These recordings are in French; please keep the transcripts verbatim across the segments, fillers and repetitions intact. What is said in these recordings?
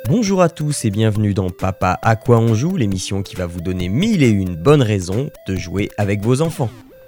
Bonjour à tous et bienvenue dans Papa à quoi on joue, l'émission qui va vous donner mille et une bonnes raisons de jouer avec vos enfants.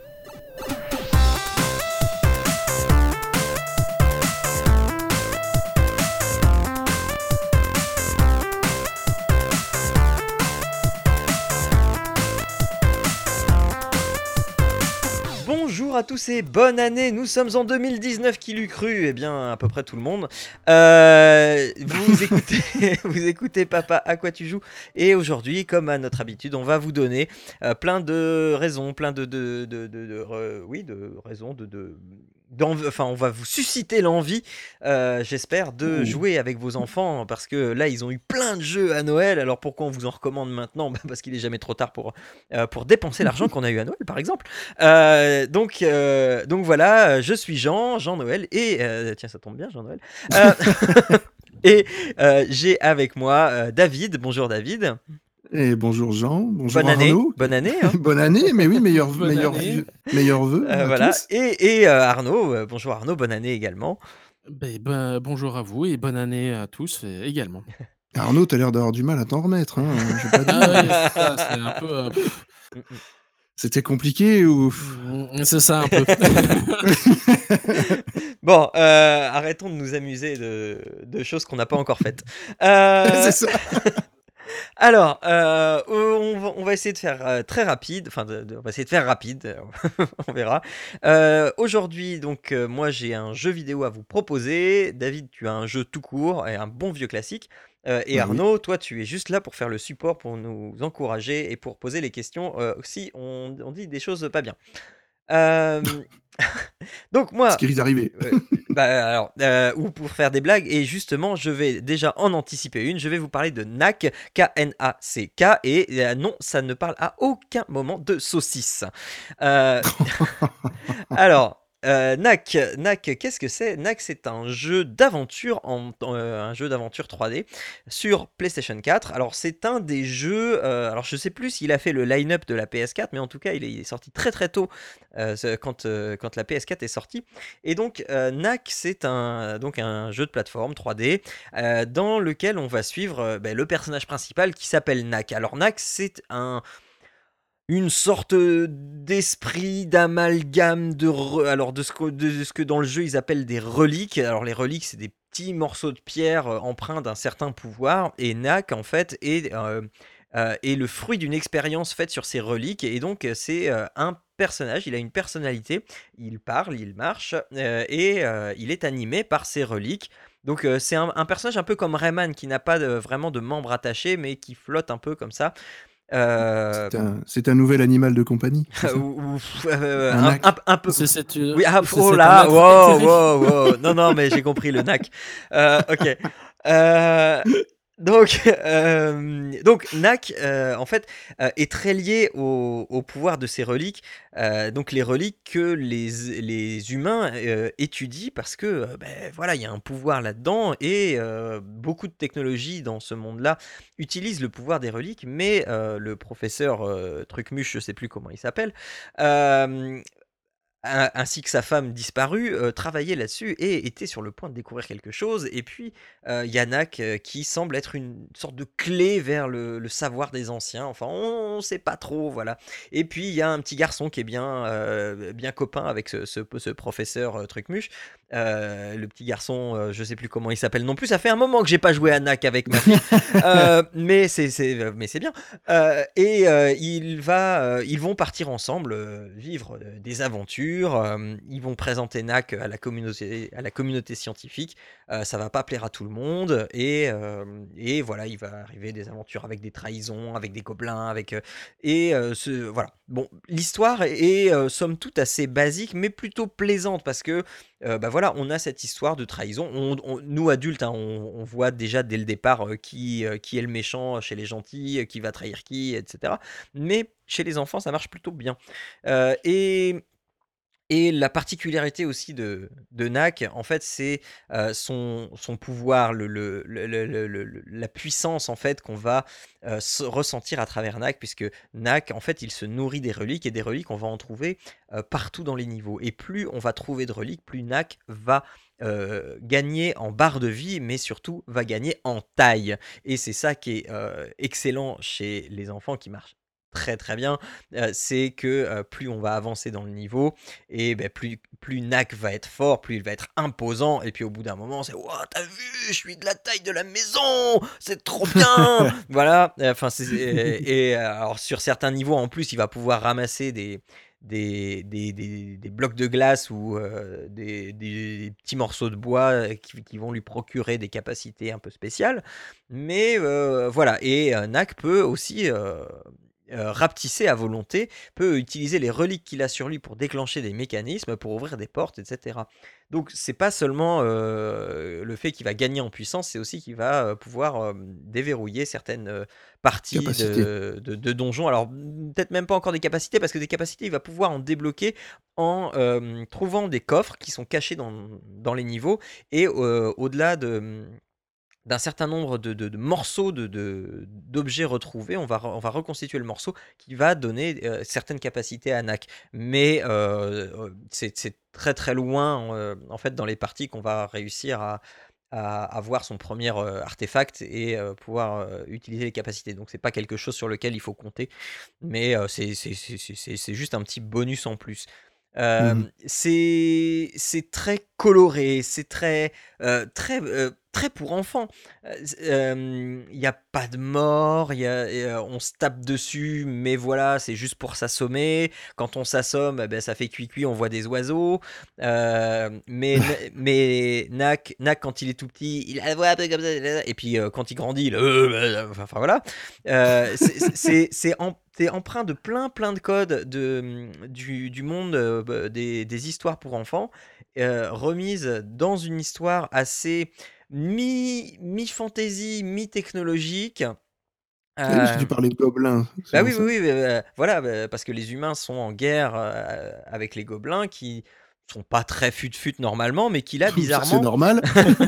Bonjour à tous et bonne année, nous sommes en deux mille dix-neuf, qui l'eût cru? Eh bien à peu près tout le monde. Euh, vous, écoutez, vous écoutez Papa à quoi tu joues, et aujourd'hui, comme à notre habitude, on va vous donner euh, plein de raisons, plein de, de, de, de, de, euh, oui, de raisons, de, de, d'env- enfin on va vous susciter l'envie, euh, j'espère, de Ouh. jouer avec vos enfants, parce que là ils ont eu plein de jeux à Noël. Alors pourquoi on vous en recommande maintenant? Bah, parce qu'il est jamais trop tard pour, euh, pour dépenser l'argent qu'on a eu à Noël, par exemple. Euh, donc, euh, donc voilà, je suis Jean, Jean-Noël, et euh, tiens, ça tombe bien, Jean-Noël. Euh, et euh, j'ai avec moi euh, David. Bonjour David. Et bonjour Jean, bonjour Bonne année, Arnaud. bonne année. Hein. Bonne année, mais oui, meilleur, Bonne meilleur, année. vœu- meilleurs vœux Euh, à voilà, tous. et, et euh, Arnaud. Euh, bonjour Arnaud, bonne année également. Ben, ben, bonjour à vous et bonne année à tous euh, également. Arnaud, t'as l'air d'avoir du mal à t'en remettre, hein, je vais pas Ah dire. oui, c'est ça, c'est un peu. euh, pff, Mm, mm. C'était compliqué ou... mm, c'est ça un peu. Bon, euh, arrêtons de nous amuser de, de choses qu'on n'a pas encore faites. Euh, C'est ça. Alors, euh, on, va, on va essayer de faire euh, très rapide, enfin, de- de- on va essayer de faire rapide, on verra. Euh, Aujourd'hui, donc, euh, moi j'ai un jeu vidéo à vous proposer. David, tu as un jeu tout court et un bon vieux classique. Euh, et Ah oui. Arnaud, toi, tu es juste là pour faire le support, pour nous encourager et pour poser les questions euh, si on, on dit des choses pas bien. Euh, donc Ce moi, qui risque d'arriver. euh, bah alors, euh, ou pour faire des blagues, et justement, je vais déjà en anticiper une. Je vais vous parler de N A C, K N A C K, et euh, non, ça ne parle à aucun moment de saucisse. Euh, alors. Euh, N A C, N A C, qu'est-ce que c'est? N A C, c'est un jeu d'aventure, en, euh, un jeu d'aventure trois D sur PlayStation quatre. Alors c'est un des jeux, euh, alors je sais plus s'il a fait le line-up de la P S quatre, mais en tout cas il est, il est sorti très très tôt euh, ce- quand, euh, quand la P S quatre est sortie. Et donc euh, N A C, c'est un, donc un jeu de plateforme trois D euh, dans lequel on va suivre euh, ben, le personnage principal qui s'appelle N A C. Alors N A C, c'est un une sorte d'esprit d'amalgame de re- alors de ce, que, de ce que dans le jeu ils appellent des reliques. Alors les reliques, c'est des petits morceaux de pierre euh, empreints d'un certain pouvoir, et N A C en fait est, euh, euh, est le fruit d'une expérience faite sur ces reliques. Et donc euh, c'est euh, un personnage, il a une personnalité, il parle, il marche, euh, et euh, il est animé par ces reliques. Donc euh, c'est un, un personnage un peu comme Rayman, qui n'a pas de- vraiment de membres attachés, mais qui flotte un peu comme ça. Euh, C'est un, c'est un nouvel animal de compagnie, c'est ça? ou, ou, euh, Un un, un- ac. un peu. C'est cette, euh, Oui, ah, c'est oh c'est un là, être wow, éthéré. wow, wow. Non, non, mais j'ai compris le N A C. Euh, ok. Euh, donc, euh, donc N A C, euh, en fait, euh, est très lié au, au pouvoir de ces reliques. Euh, donc, les reliques que les, les humains euh, étudient, parce que, euh, ben, voilà, il y a un pouvoir là-dedans, et euh, beaucoup de technologies dans ce monde-là utilisent le pouvoir des reliques. Mais euh, le professeur euh, Trucmuche, je sais plus comment il s'appelle, euh, a- ainsi que sa femme disparue, euh, travaillaient là-dessus et étaient sur le point de découvrir quelque chose. Et puis, euh, Yannack, euh, qui semble être une sorte de clé vers le, le savoir des anciens. Enfin, on ne sait pas trop, voilà. Et puis, il y a un petit garçon qui est bien, euh, bien copain avec ce, ce- ce professeur euh, Trucmuche. Euh, le petit garçon, euh, je sais plus comment il s'appelle non plus. Ça fait un moment que j'ai pas joué à Nac avec ma fille. Euh, mais c'est c'est- mais c'est bien. Euh, et euh, il va, euh, ils vont partir ensemble, euh, vivre euh, des aventures. Euh, ils vont présenter N A C à la communauté, à la communauté scientifique. Euh, ça va pas plaire à tout le monde, et, euh, et voilà, il va arriver des aventures avec des trahisons, avec des gobelins, avec euh, et euh, ce, voilà. Bon, l'histoire est, est, euh, somme toute assez basique, mais plutôt plaisante, parce que euh, bah voilà, on a cette histoire de trahison. On- on- nous adultes, hein, on, on voit déjà dès le départ euh, qui, euh, qui est le méchant chez les gentils, euh, qui va trahir qui, et cetera. Mais chez les enfants, ça marche plutôt bien. Euh, et Et la particularité aussi de de Knack, en fait, c'est, heu, son son pouvoir, le le le le le le le la puissance, en fait, qu'on va, heu, se ressentir à travers Knack, puisque Knack, en fait, il se nourrit des reliques et des reliques, on va en trouver, heu, partout dans les niveaux et plus on va trouver de reliques, plus Knack va, heu, gagner en barres de vie, mais surtout va gagner en taille et c'est ça qui est, heu, excellent chez les enfants, qui marche très, très bien, heu, c'est que, heu, plus on va avancer dans le niveau et beh, plus plus Knack va être fort, plus il va être imposant et puis au bout d'un moment, c'est: «Waouh, tu as vu? Je suis de la taille de la maison! C'est trop bien!» Voilà, heu, enfin, c'est et et alors sur certains niveaux, en plus, il va pouvoir ramasser des des des des des blocs de glace ou heu, des des petits morceaux de bois, heu, qui qui vont lui procurer des capacités un peu spéciales. Mais heu, voilà et heu, Knack peut aussi, heu heu, rapetisser à volonté, peut utiliser les reliques qu'il a sur lui pour déclencher des mécanismes, pour ouvrir des portes et cetera. Donc c'est pas seulement, heu, le fait qu'il va gagner en puissance, c'est aussi qu'il va, heu, pouvoir, hem, déverrouiller certaines, heu, parties Capacité. de de de donjons. Alors, mmh, peut-être même pas encore des capacités, parce que des capacités, il va pouvoir en débloquer en, hem, trouvant des coffres qui sont cachés dans dans les niveaux et heu, au-delà de, mmh, d'un certain nombre de de de morceaux de de d'objets retrouvés, on va re on va reconstituer le morceau qui va donner, heu, certaines capacités à Knack. Mais, heu heu, c'est c'est très, très loin, heu, en fait, dans les parties qu'on va réussir à à avoir son premier er artefact et heu, pouvoir, heu, utiliser les capacités. Donc c'est pas quelque chose sur lequel il faut compter, mais, heu, c'est c'est c'est c'est c'est c'est juste un petit bonus en plus. Mmh mh. Hem, c'est c'est très coloré, c'est très, heu, très, heu, très pour enfants. Heu, z hem, il y a pas de mort, il y a et heu, on se tape dessus, mais voilà, c'est juste pour s'assommer. Quand on s'assomme, et beh, ça fait cui cui, on voit des oiseaux. Hem, mais Kn mais Knack Knack quand il est tout petit, il a la voix un peu comme ça et puis, heu, quand il grandit, il enfin enfin voilà. Heu, c'est c'est c'est c'est em c'est empreint de plein, plein de codes de, mmh, du du monde, heu, be des des histoires pour enfants, heu, remises dans une histoire assez mi mi-fantaisie, mi-technologique. Ah oui, parce que tu Hem, parlais de gobelins, c'est bah, pour oui, oui, ça? oui, heu, voilà, bah, parce que les humains sont en guerre, heu, avec les gobelins qui sont pas très fut-fut normalement, mais qui là, Ça, c'est bizarrement normal.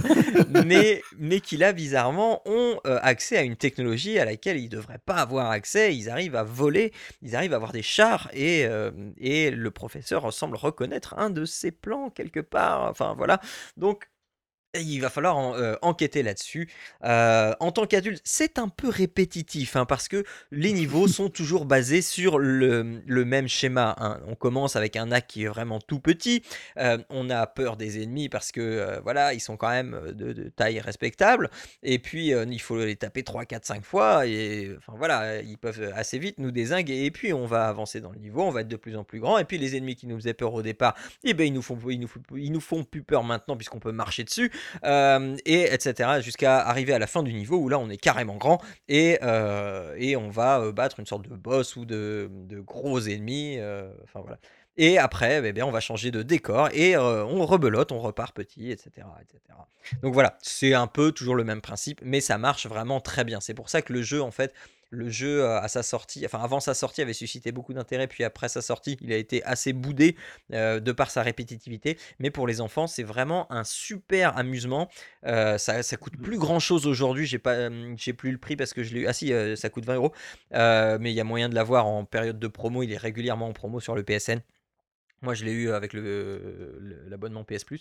mais mais qui là, bizarrement, ont, heu, accès à une technologie à laquelle ils devraient pas avoir accès. Ils arrivent à voler, ils arrivent à avoir des chars et hem et le professeur semble reconnaître un de ses plans quelque part, enfin voilà. Donc et il va falloir en heu, enquêter là-dessus. Heu, en tant qu'adulte, c'est un peu répétitif, hein, parce que les niveaux sont toujours basés sur le, mmh, le même schéma, hein. On commence avec un Knack qui est vraiment tout petit. Heu, on a peur des ennemis parce que, heu, voilà, ils sont quand même, heu, de de taille respectable et puis, heu, il faut les taper trois, quatre, cinq fois et enfin voilà, ils peuvent, assez vite nous dézinguer et puis on va avancer dans le niveau, on va être de plus en plus grand et puis les ennemis qui nous faisaient peur au départ, et beh, ils nous font ils nous font ils nous font plus peur maintenant puisqu'on peut marcher dessus. Hem et et cetera jusqu'à arriver à la fin du niveau où là on est carrément grand et heu et on va, heu, battre une sorte de boss ou de de gros ennemis, heu, enfin voilà et après, beh bien, on va changer de décor et heu, on rebelote, on repart petit et cetera et cetera. Donc voilà, c'est un peu toujours le même principe, mais ça marche vraiment très bien. C'est pour ça que le jeu, en fait, le jeu, heu, à sa sortie, enfin avant sa sortie, avait suscité beaucoup d'intérêt, puis après sa sortie, il a été assez boudé, heu, de par sa répétitivité. Mais pour les enfants, c'est vraiment un super amusement. Heu, ça ça coûte plus grand chose aujourd'hui. J'ai pas, hem, j'ai plus le prix parce que je l'ai eu ah si, heu, ça coûte vingt euros. Heu, mais il y a moyen de l'avoir en période de promo. Il est régulièrement en promo sur le P S N. Moi, je l'ai eu avec le le l'abonnement P S Plus.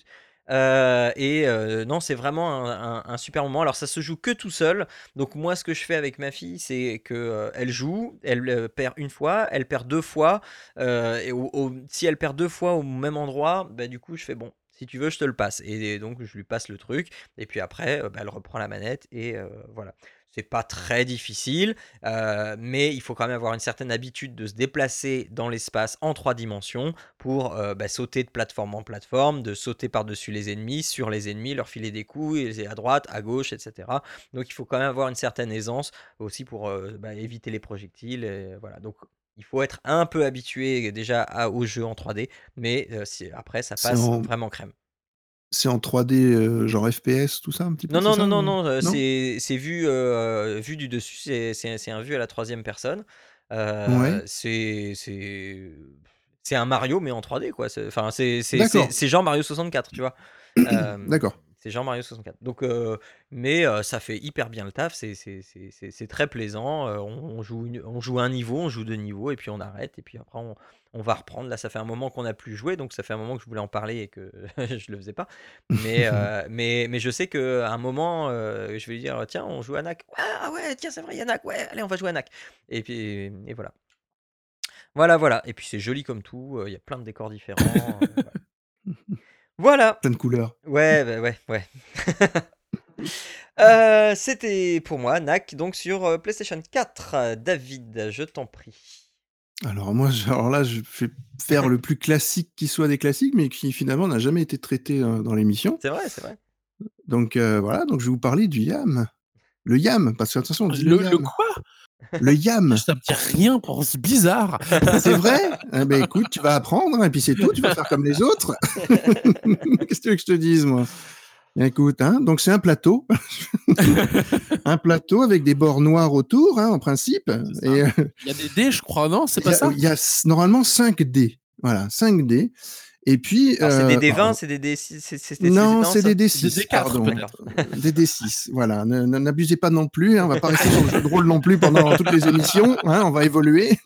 Heu et heu, non, c'est vraiment un un un super moment. Alors ça se joue que tout seul. Donc moi, ce que je fais avec ma fille, c'est que, heu, elle joue, elle, heu, perd une fois, elle perd deux fois, heu et au au si elle perd deux fois au même endroit, bah, du coup, je fais: «Bon, si tu veux, je te le passe» et donc je lui passe le truc et puis après, heu, bah, elle reprend la manette et heu, voilà. C'est pas très difficile. Heu, mais il faut quand même avoir une certaine habitude de se déplacer dans l'espace en trois dimensions pour, heu, bah, sauter de plateforme en plateforme, de sauter par-dessus les ennemis, sur les ennemis, leur filer des coups et à droite, à gauche et cetera. Donc il faut quand même avoir une certaine aisance aussi pour, heu, bah, éviter les projectiles et voilà. Donc il faut être un peu habitué déjà à aux jeux en trois D, mais heu, si après ça C'est passe en vraiment crème. c'est en trois D, heu, genre F P S, tout ça un petit peu, Non, c'est non, non, ça, non, heu? non, heu, Non? c'est c'est vu, heu, vu du dessus, c'est c'est c'est un vu à la troisième personne. Ouais. Heu, c'est c'est c'est un Mario, mais en trois D, quoi. C'est, enfin, c'est, c'est, c'est, D'accord. c'est genre Mario soixante-quatre, tu vois. Euh, D'accord. c'est genre Mario soixante-quatre. Donc, euh, mais euh, ça fait hyper bien le taf. C'est, c'est, c'est, c'est, c'est très plaisant. Euh, on, on joue une- on joue un niveau, on joue deux niveaux, et puis on arrête. Et puis après, on, on va reprendre. Là, ça fait un moment qu'on n'a plus joué, donc ça fait un moment que je voulais en parler et que je le faisais pas. Mais, euh, mais, mais je sais qu'à un moment, euh, je vais lui dire, tiens, on joue à Nak. Ah ouais, tiens, c'est vrai, il y a Nak. Ouais, allez, on va jouer à Nak. Et puis, et voilà. Voilà, voilà. Et puis c'est joli comme tout. euh, Il y a plein de décors différents. euh, voilà. Voilà. Plein de couleurs. Ouais, bah, ouais, ouais. Euh, c'était pour moi, Nak, donc sur euh, PlayStation quatre. Euh, David, je t'en prie. Alors moi, je- alors là, je vais faire le plus classique qui soit des classiques, mais qui finalement n'a jamais été traité euh, dans l'émission. C'est vrai, c'est vrai. Donc euh, voilà, donc je vais vous parler du yam. Le yam, parce que attention, on dit le Le, le yam. quoi? Le yam. Ça me dit rien, pour c'est bizarre. C'est vrai? Eh ben écoute, tu vas apprendre, et puis c'est tout, tu vas faire comme les autres. Qu'est-ce que tu veux que je te dise, moi? Écoute, hein, donc c'est un plateau, un plateau avec des bords noirs autour, hein, en principe. C'est ça. Et euh, Il y a des dés, je crois, non? C'est il y pas a, ça? il y a s- normalement cinq dés. Voilà, cinq dés. Et puis, Alors, c'est des euh, D vingt, alors, c'est des D six, c'est c'est- c'est- c'est- non, non, c'est ça des D Des six, D quatre, pardon. peut-être. Euh, Des D six, voilà. Ne- ne- N'abusez pas non plus, hein, on va pas rester sur le jeu de rôle non plus pendant toutes les émissions, hein, on va évoluer.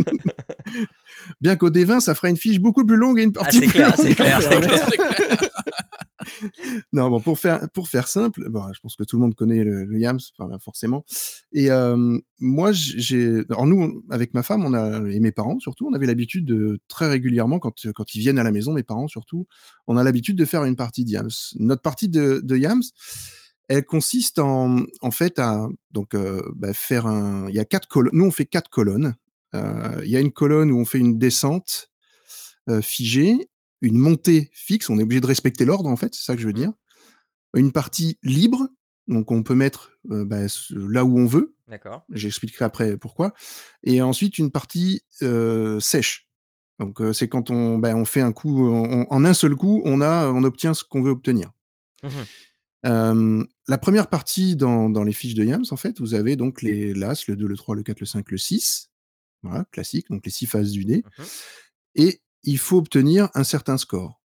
Bien qu'au D vingt, ça fera une fiche beaucoup plus longue et une Ah, partie c'est plus clair, longue. c'est clair, c'est Ouais, clair. c'est clair. Non, bon, pour faire, pour faire simple, bon, je pense que tout le monde connaît le, le Yams, enfin, forcément. Et euh, moi, j'ai. Alors, nous, on- avec ma femme on a, et mes parents surtout, on avait l'habitude de très régulièrement, quand, quand ils viennent à la maison, mes parents surtout, on a l'habitude de faire une partie de Yams. Notre partie de, de Yams, elle consiste en, en fait à donc, euh, bah, faire un. Il y a quatre colonnes. Nous, on fait quatre colonnes. Euh, Il y a une colonne où on fait une descente euh, figée, une montée fixe. On est obligé de respecter l'ordre, en fait, c'est ça que je veux Mhm. dire. Une partie libre, donc on peut mettre euh, bah, ce- là où on veut. D'accord. J'expliquerai après pourquoi. Et ensuite une partie euh, sèche. Donc euh, c'est quand on, bah, on fait un coup, on- en un seul coup, on a, on obtient ce qu'on veut obtenir. Mhm. Euh, la première partie dans, dans les fiches de Yams, en fait, vous avez donc les l'As, le deux, le trois, le quatre, le cinq, le six. Voilà, classique, donc les six phases du dé. Mhm. Et il faut obtenir un certain score.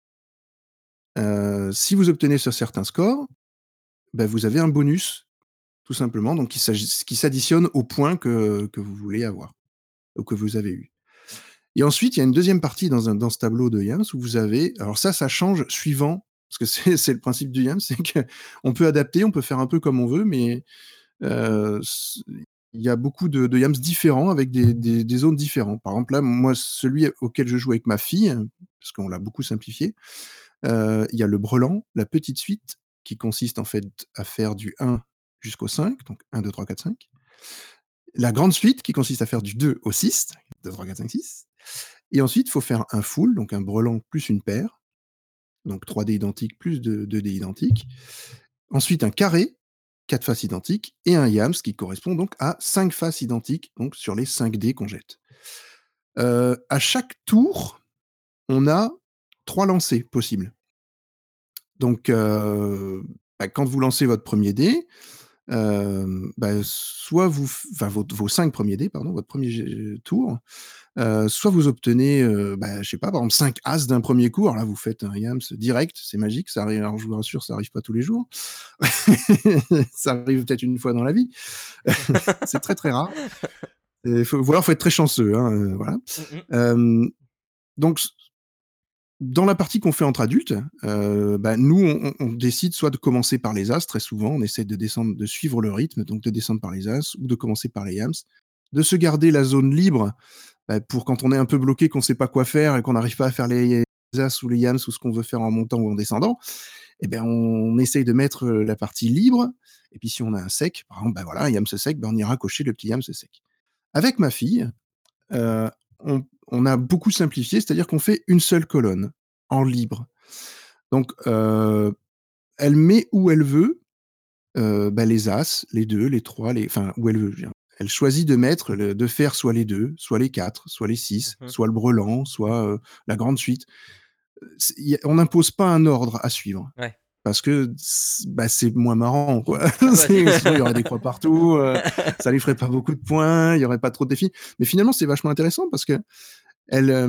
Euh, si vous obtenez ce certain score, bah, vous avez un bonus tout simplement, donc qui s'agit qui s'additionne aux points que que vous voulez avoir, ou que vous avez eu. Et ensuite, il y a une deuxième partie dans un dans ce tableau de Yams où vous avez alors ça, ça change suivant parce que c'est c'est le principe du Yams, c'est qu'on peut adapter, on peut faire un peu comme on veut, mais heu, c il y a beaucoup de de Yams différents avec des des des zones différentes. Par exemple, là, moi, celui auquel je joue avec ma fille, parce qu'on l'a beaucoup simplifié, heu, il y a le brelan, la petite suite qui consiste en fait à faire du un jusqu'au cinq, donc un, deux, trois, quatre, cinq. La grande suite qui consiste à faire du deux au six, deux, trois, quatre, cinq, six. Et ensuite, il faut faire un full, donc un brelan plus une paire, donc trois dés identiques plus deux dés identiques. Ensuite, un carré, quatre faces identiques, et un yams qui correspond donc à cinq faces identiques, donc sur les cinq dés qu'on jette. Euh, à chaque tour, on a trois lancers possibles. Donc, euh, bah, quand vous lancez votre premier dé, euh, bah, soit vous, f- enfin vos, vos cinq premiers dés, pardon, votre premier jet- tour, euh, soit vous obtenez, euh, bah, je sais pas, par exemple cinq as d'un premier coup. Alors là, vous faites un yams direct, c'est magique. Ça arrive, alors je vous rassure, ça arrive pas tous les jours. Ça arrive peut-être une fois dans la vie. C'est très très rare. Il faut, ou alors, faut être très chanceux. Hein, euh, voilà. Mhm. Euh, donc, dans la partie qu'on fait entre adultes, euh, bah, nous, on, on décide soit de commencer par les as, très souvent, on essaie de descendre, de suivre le rythme, donc de descendre par les as, ou de commencer par les yams, de se garder la zone libre bah, pour quand on est un peu bloqué, qu'on ne sait pas quoi faire et qu'on n'arrive pas à faire les as ou les yams ou ce qu'on veut faire en montant ou en descendant, eh ben, on essaye de mettre euh, la partie libre. Et puis si on a un sec, par exemple, bah, voilà, un yams sec, bah, on ira cocher le petit yams sec. Avec ma fille, euh, on, on a beaucoup simplifié, c'est-à-dire qu'on fait une seule colonne en libre. Donc, euh, elle met où elle veut euh, bah, les as, les deux, les trois, les... enfin, où elle veut. Je veux dire. Elle choisit de mettre, le- de faire soit les deux, soit les quatre, soit les six, Mhm. soit le brelan, soit euh, la grande suite. C'est- y a- on n'impose pas un ordre à suivre. Ouais. Parce que c'est bah, c'est moins marrant, quoi. Ouais. C'est- Sinon, il y aurait des croix partout, euh, ça lui ferait pas beaucoup de points, il y aurait pas trop de défis. Mais finalement, c'est vachement intéressant parce que elle, euh,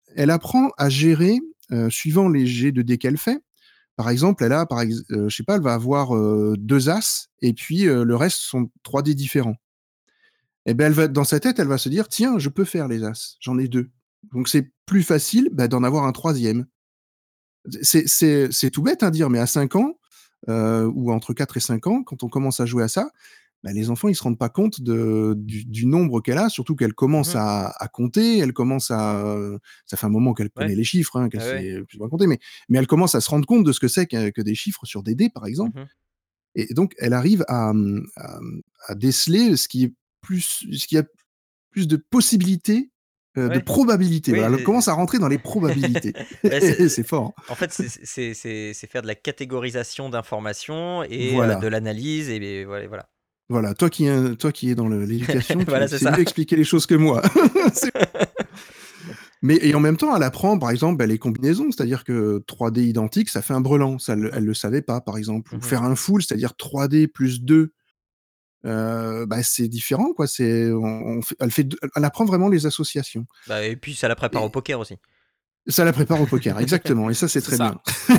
elle apprend à gérer, heu, suivant les jets de dés qu'elle fait. Par exemple, elle a par ex heu, je sais pas, elle va avoir, heu, deux as et puis, heu, le reste sont trois dés différents. Et ben, elle va dans sa tête, elle va se dire: «Tiens, je peux faire les as, j'en ai deux». Donc c'est plus facile, bah, d'en avoir un troisième. C'est c'est c'est tout bête à dire, mais à cinq ans, heu, ou entre quatre et cinq ans, quand on commence à jouer à ça, bah, les enfants, ils se rendent pas compte de du du nombre qu'elle a, surtout qu'elle commence Mmh. à à compter, elle commence à, heu, ça fait un moment qu'elle Ouais. connaît les chiffres, hein, qu'elle Ah ouais. sait plus ou moins compter, mais mais elle commence à se rendre compte de ce que c'est que que des chiffres sur des dés, par exemple. Mmh. Et donc elle arrive à, mmh, à, mmh, à déceler ce qui est plus ce qui a plus de possibilités, heu, de Ouais. probabilités. Oui, Voilà, elle c'est commence à rentrer dans les probabilités. bah, c'est C'est fort. en fait, c'est c'est c'est c'est faire de la catégorisation d'informations et heu, de Voilà, l'analyse et beh, ouais, voilà. voilà. Toi qui, heu, toi qui es dans le l'éducation, Voilà, tu c'est tu sais ça. mieux expliquer les choses que moi. C'est mais et en même temps, elle apprend, par exemple, bah, les combinaisons, c'est-à-dire que trois dés identiques, ça fait un brelan. Ça, elle le Mmh. elle le savait pas, par exemple. Ou Mmh. faire un full, c'est-à-dire trois dés plus deux, heu, bah, c'est différent, quoi. C'est on on fait elle fait d elle apprend vraiment les associations. Bah et puis ça la prépare au Et poker aussi. ça la prépare au poker, exactement, et ça, c'est C'est très ça. bien.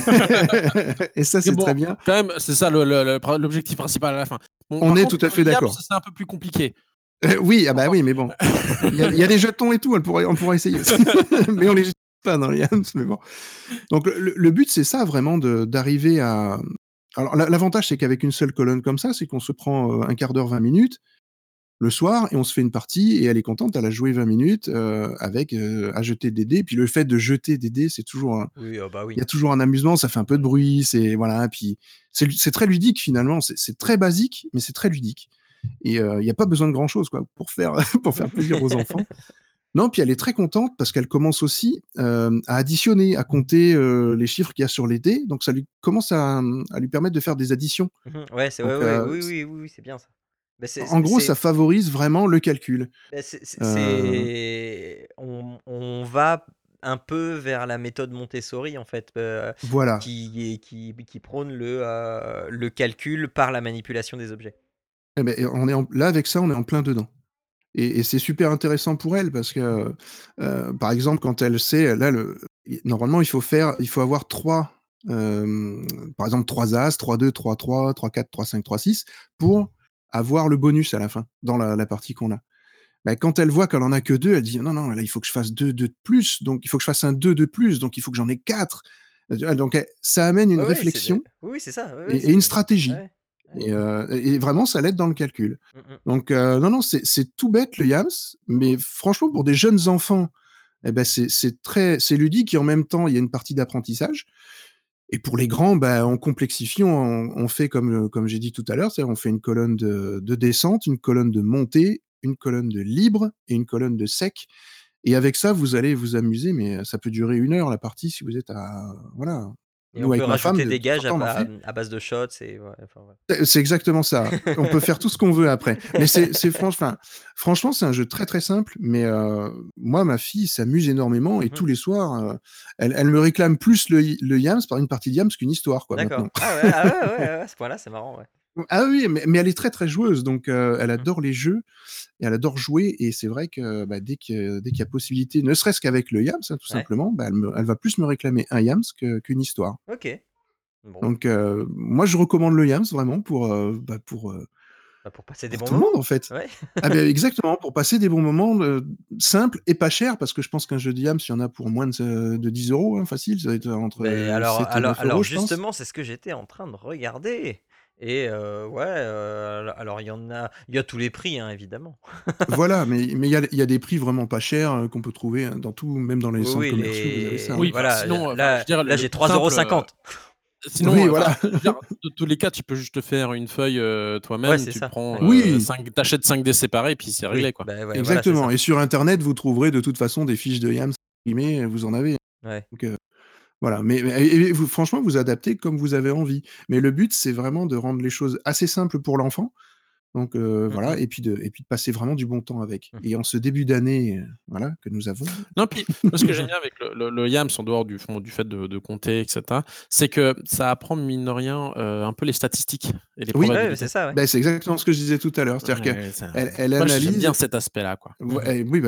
Et ça, Mais c'est très bon, bien. quand même, c'est ça le le le prin l'objectif principal à la fin. Bon, On par est tout contre, à pour fait les yams, d'accord. ça c'est un peu plus compliqué. Heu, oui, ah bah, Encore. oui, mais bon, il y a il y a des jetons et tout, elle pourrait on pourrait essayer aussi. Mais on les utilise pas dans les yams, mais bon. Donc le le le but, c'est ça vraiment de d'arriver à, mmh alors l'a l'avantage, c'est qu'avec une seule colonne comme ça, c'est qu'on se prend, heu, un quart d'heure, vingt minutes, le soir, et on se fait une partie et elle est contente, elle a joué vingt minutes, heu, avec, heu, à jeter des dés. Puis le fait de jeter des dés, c'est toujours un Oui, ah bah il y oui. a toujours un amusement, ça fait un peu de bruit, c'est voilà, puis c'est lu c'est très ludique finalement, c'est c'est très basique, mais c'est très ludique. Et heu, il y a pas besoin de grand chose, quoi, pour faire pour faire plaisir aux enfants. Non, puis elle est très contente parce qu'elle commence aussi, hem, à additionner, à compter, heu, les chiffres qu'il y a sur les dés, donc ça lui commence à, mmh, à lui permettre de faire des additions. Mmh. Ouais, c'est ouais, Donc ouais, heu, oui, c oui, oui, oui, c'est bien ça. Bah, c'est en c'est gros, ça c'est favorise vraiment le calcul. bah, c'est c'est Heu, c'est on on va un peu vers la méthode Montessori en fait, heu, voilà. qui qui qui prône le, heu, le calcul par la manipulation des objets. Et beh, et on est en là, avec ça, on est en plein dedans. Et et c'est super intéressant pour elle parce que, heu, par exemple, quand elle sait, là, le i normalement, il faut faire il faut avoir trois, hem, par exemple, trois as, trois deux, trois trois, trois quatre, trois cinq, trois six pour avoir le bonus à la fin, dans la la partie qu'on a. Bah, quand elle voit qu'elle en a que deux, elle dit: «Non, non, là, il faut que je fasse deux deux de plus, donc il faut que je fasse un deux de plus, donc il faut que j'en ai quatre». Heu, tu vois? Donc elle ça amène une Ouais, ouais, c'est réflexion de oui, oui, c'est ça, ouais, et ouais, et une c'est stratégie. ouais, ouais. Et heu et vraiment ça l'aide dans le calcul. Mmh mh. Donc heu, non, non, c'est c'est tout bête le yams, mais franchement pour des jeunes enfants, et ben c'est c'est très c'est ludique et en même temps il y a une partie d'apprentissage. Et pour les grands, bah, on complexifie, on on fait comme, heu, comme j'ai dit tout à l'heure, c'est-à-dire on fait une colonne de de descente, une colonne de montée, une colonne de libre et une colonne de sec, et avec ça vous allez vous amuser, mais heu, ça peut durer une heure la partie si vous êtes à voilà. Et on Nous peut avec ma femme rajouter de des temps en gages à temps on en ba fait. à base de shots et ouais, enfin, ouais. Heu, c'est exactement ça. On peut faire tout ce qu'on veut après. Mais c'est c'est franche enfin, franchement, c'est un jeu très, très simple, mais heu, moi, ma fille s'amuse énormément et Mmh. tous les soirs, heu, elle elle me réclame plus le y le yams par une partie de yams qu'une histoire, quoi, D'accord. maintenant. Ah ouais, ah ouais, ouais, ouais, à ce point-là, c'est marrant, ouais. Ah oui, mais mais elle est très, très joueuse, donc heu, elle Mmh. adore les jeux et elle adore jouer, et c'est vrai que, bah, dès que dès qu'il y a possibilité, ne serait-ce qu'avec le yams, hein, tout Ouais, simplement, bah, elle me elle va plus me réclamer un yams que qu'une histoire. OK. Bon, Donc heu, moi, je recommande le yams vraiment pour, heu, bah, pour, heu bah, pour passer des pour bons tout le monde, moments. en fait. Ouais. Ah beh, exactement, pour passer des bons moments, heu, simples et pas chers, parce que je pense qu'un jeu de yams, il y en a pour moins de de dix euros, hein, facile, ça doit être entre, Beh, heu, alors sept et alors neuf euros, alors je pense. justement, c'est ce que j'étais en train de regarder et heu, ouais, heu, al alors il y en a il y a tous les prix, hein, évidemment. Voilà, mais mais il y a il y a des prix vraiment pas chers, heu, qu'on peut trouver, heu, dans tout, même dans les Oui, centres oui, commerciaux, vous avez ça, hein. les Oui, enfin, voilà, sinon, enfin, je là veux dire le là, le j'ai plus trois euros simple, heu, cinquante. sinon, Oui, heu, enfin, voilà. je veux dire, de tous les cas, tu peux juste te faire une feuille, heu, Ouais, toi-même, c'est tu ça, prends, ouais. heu, Oui, cinq tu achètes cinq dés séparés et puis c'est Oui, réglé, quoi. bah, ouais, voilà, c'est exactement, ça. et sur internet, vous trouverez de toute façon des fiches de yams imprimées, vous en avez. Ouais. Donc heu, voilà, mais mais et et vous franchement, vous adaptez comme vous avez envie. Mais le but, c'est vraiment de rendre les choses assez simples pour l'enfant. Donc heu, Mmh voilà, mh. et puis de et puis de passer vraiment du bon temps avec. Mmh. Et en ce début d'année, heu, voilà, que nous avons. Non, puis moi, ce que j'aime bien avec le le le yams, en dehors du fond du fait de de compter et cetera, c'est que ça apprend mine de rien, heu, un peu les statistiques et les Oui, Ouais, c'est probabilités. ça, ouais. bah, c'est exactement ce que je disais tout à l'heure. C'est-à-dire Ouais, ça qu'elle elle moi, j'aime bien analyse cet aspect-là, quoi. Mmh ouais, mh. et oui, bah, oui,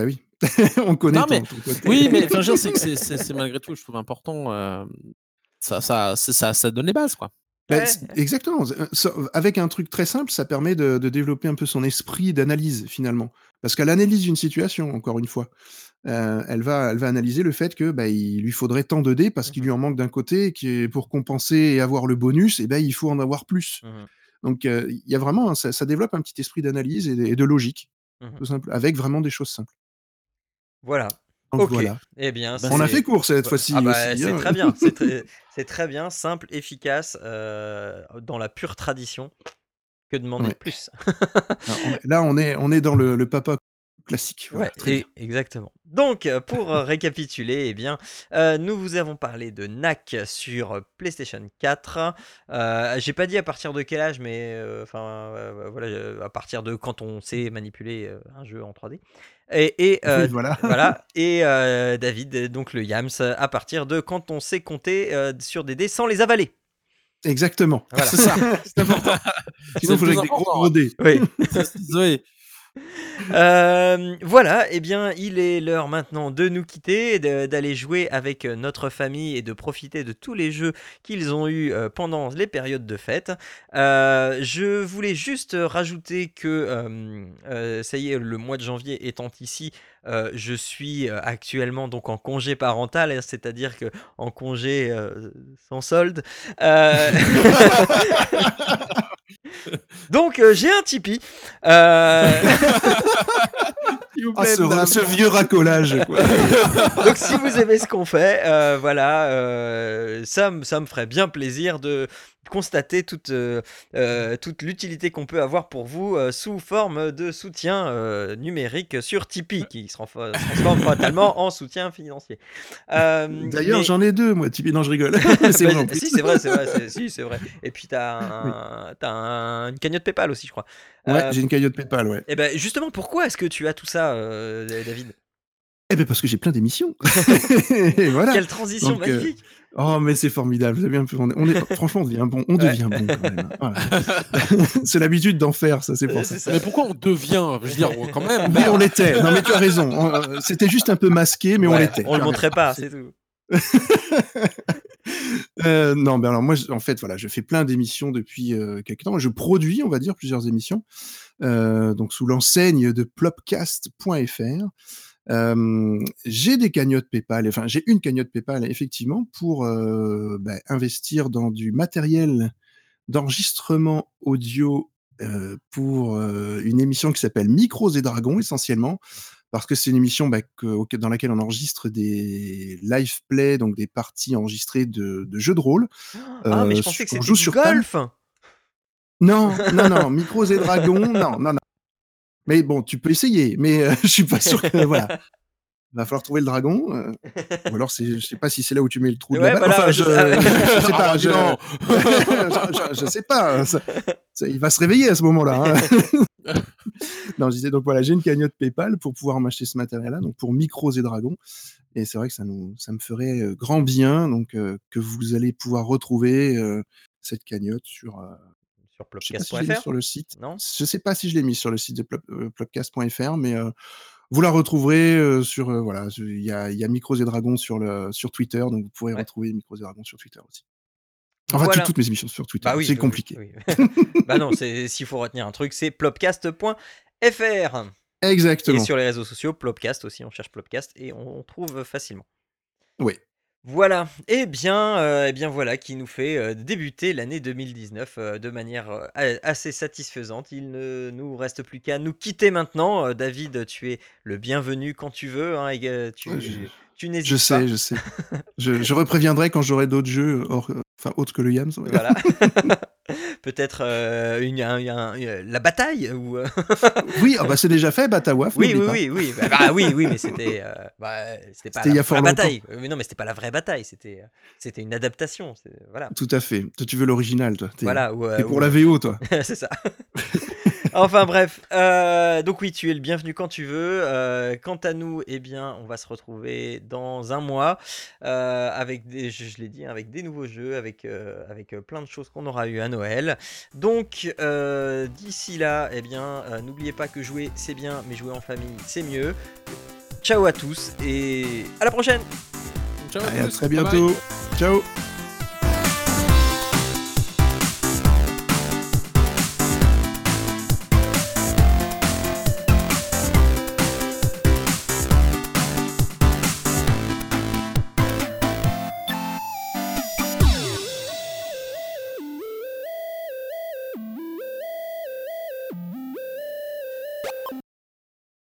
On connaît Non, mais ton ton côté. oui, mais enfin, je veux dire, c'est que c'est c'est c'est malgré tout, je trouve important, hem, ça ça c'est ça ça donne les bases, quoi. Bah, Ouais, c exactement, z ça avec un truc très simple, ça permet de de développer un peu son esprit d'analyse, finalement. Parce qu'elle analyse une situation, encore une fois. Heu, elle va elle va analyser le fait que, bah, il lui faudrait tant de dés parce qu'il Mmh lui en manque d'un côté et que pour compenser et avoir le bonus et bah, il faut en avoir plus. Mmh mh. Donc heu, il y a vraiment un ça ça développe un petit esprit d'analyse et de et de logique, Mmh tout simple, avec vraiment des choses simples. Voilà. Donc OK. voilà. Eh bien, Bah, On a c'est fait c'est court cette bah, ah fois-ci bah, aussi, c'est hein. très bien, c'est très c'est très bien, simple, efficace, heu, dans la pure tradition. Que demander de Ouais. plus? Là, on est là, on est on est dans le le papa classique, voilà, Ouais, très bien. et exactement. Donc, heu, pour, heu, récapituler, eh bien, heu, nous vous avons parlé de Knack sur, heu, PlayStation quatre. Heu, j'ai pas dit à partir de quel âge, mais, heu, enfin, heu, voilà, heu, à partir de quand on sait manipuler, heu, un jeu en trois D. Et et Oui, heu, d voilà. voilà, et heu, David, euh, donc le Yams, à partir de quand on sait compter, heu, sur des dés sans les avaler. Exactement. Voilà. c'est ça. C'est important. C'est Sinon, il le faut jouer plus avec des gros, important, gros ouais. dés. Oui. C'est c'est oui. Hem, voilà, eh bien, il est l'heure maintenant de nous quitter, de d'aller jouer avec, heu, notre famille et de profiter de tous les jeux qu'ils ont eus, heu, pendant les périodes de fête. Heu, je voulais juste rajouter que, hem, heu, ça y est, le mois de janvier étant ici, heu, je suis, heu, actuellement donc en congé parental, hein, c'est-à-dire qu'en congé, heu, sans solde. Heu Donc, heu, j'ai un Tipeee. Heu S'il vous Ah, plaît, ce re madame. ce vieux racolage, quoi. Donc si vous aimez ce qu'on fait, heu, voilà, heu, ça me ça me ferait bien plaisir de constater toute, heu heu, toute l'utilité qu'on peut avoir pour vous, heu, sous forme de soutien, heu, numérique sur Tipeee, qui se renfo se transforme fatalement en soutien financier. Hem, D'ailleurs, mais j'en ai deux moi, Tipeee. Non, je rigole. C'est bah, vrai en plus. si, c'est vrai, c'est vrai, c'est si, c'est vrai, et puis tu as Oui. un tu as un une cagnotte PayPal aussi, je crois. Ouais, Hem j'ai une cagnotte PayPal, ouais. Et ben justement, pourquoi est-ce que tu as tout ça, heu, Da David? Eh beh, parce que j'ai plein d'émissions. Et voilà. Quelle transition Donc heu, magnifique! oh, mais c'est formidable. Vous avez bien pu on est on est franchement, on devient bon on Ouais. devient bon quand même, hein. Voilà. C'est l'habitude d'en faire, ça, c'est Heu, pour ça. c'est ça. Mais pourquoi on devient? Je veux dire, quand même, Oui, on merde. l'était. Non, mais tu as raison. On, heu, c'était juste un peu masqué, mais on Ouais, l'était. on Tu le as raison. montrait pas, C'est c'est tout. Heu, non, ben, alors moi, j en fait, voilà, je fais plein d'émissions depuis, heu, quelque temps. Je produis, on va dire, plusieurs émissions, heu, donc sous l'enseigne de plopcast point f r. Hem, j'ai des cagnottes PayPal, enfin, j'ai une cagnotte PayPal, effectivement, pour, heu, bah, investir dans du matériel d'enregistrement audio, heu, pour, heu, une émission qui s'appelle Micros et Dragons, essentiellement. Parce que c'est une émission, bah, que auquel dans laquelle on enregistre des live play, donc des parties enregistrées de de jeux de rôle, Ah, mais heu, je su pensais que on c'était joue du sur table. golf! Non, non, non, Micros et Dragons, non, non, non. Mais bon, tu peux essayer, mais heu, je suis pas sûr que voilà. Va falloir trouver le dragon, heu, ou alors c'est je sais pas si c'est là où tu mets le trou de la Ouais, balle. voilà, Enfin, ouais, c'est je ça, ouais. je sais Ah bah, pas, dis je donc! je je je sais pas, hein, ça ça il va se réveiller à ce moment-là, hein. Non, je disais donc voilà, j'ai une cagnotte PayPal pour pouvoir m'acheter ce matériel-là, donc pour Micros et Dragons, et c'est vrai que ça nous ça me ferait, heu, grand bien, donc heu, que vous allez pouvoir retrouver, heu, cette cagnotte sur, heu, Sur je sais pas plopcast si je point l'ai mis F R? sur le site. Non? Je sais pas si je l'ai mis sur le site de plop heu, plopcast point f r, mais heu, vous la retrouverez, heu, sur, heu, voilà, je il y a il y a Micros et Dragons sur le sur Twitter, donc vous pourrez Ouais. retrouver Micros et Dragons sur Twitter aussi. Enfin, toutes Voilà. toutes mes émissions sur Twitter, Bah oui, c'est oui, oui, compliqué. oui. Bah non, c'est s'il faut retenir un truc, c'est plopcast point F R. Et Exactement. sur les réseaux sociaux, Plopcast aussi, on cherche Plopcast et on on trouve facilement. Oui. Voilà, et bien, heu, et bien voilà qui nous fait, heu, débuter l'année deux mille dix-neuf, heu, de manière, heu, a assez satisfaisante. Il ne nous reste plus qu'à nous quitter maintenant. Heu, David, tu es le bienvenu quand tu veux, hein, et heu, Ouais, je tu tu je n'hésites sais, pas. je sais. Je je repréviendrai quand j'aurai d'autres jeux hors, heu, enfin autres que le Yams, on va dire. Voilà. Peut-être, heu, une un un heu, la bataille ou, heu Oui, ah bah, c'est déjà fait, Batawaf, Oui, n'oublie oui, pas. oui, oui, bah bah, oui, oui, mais c'était, heu, bah, c'était pas C'était la il y a vraie fort longtemps. bataille. Heu, mais non, mais c'était pas la vraie bataille, c'était, heu, c'était une adaptation, c'est voilà. Tout à fait. Toi, tu veux l'original, toi. Tu es Voilà, ou, tu es heu, pour ou, la heu V O, toi. c'est ça. Enfin bref, heu, donc oui, tu es le bienvenu quand tu veux. Heu, quant à nous, eh bien, on va se retrouver dans un mois, heu, avec des je je l'ai dit, hein, avec des nouveaux jeux, avec, heu, avec, heu, plein de choses qu'on aura eu à Noël. Donc, heu, d'ici là, eh bien, heu, n'oubliez pas que jouer, c'est bien, mais jouer en famille, c'est mieux. ciao à tous et à la prochaine. Ciao à Allez, à tous. très Bye bye. bientôt. Ciao.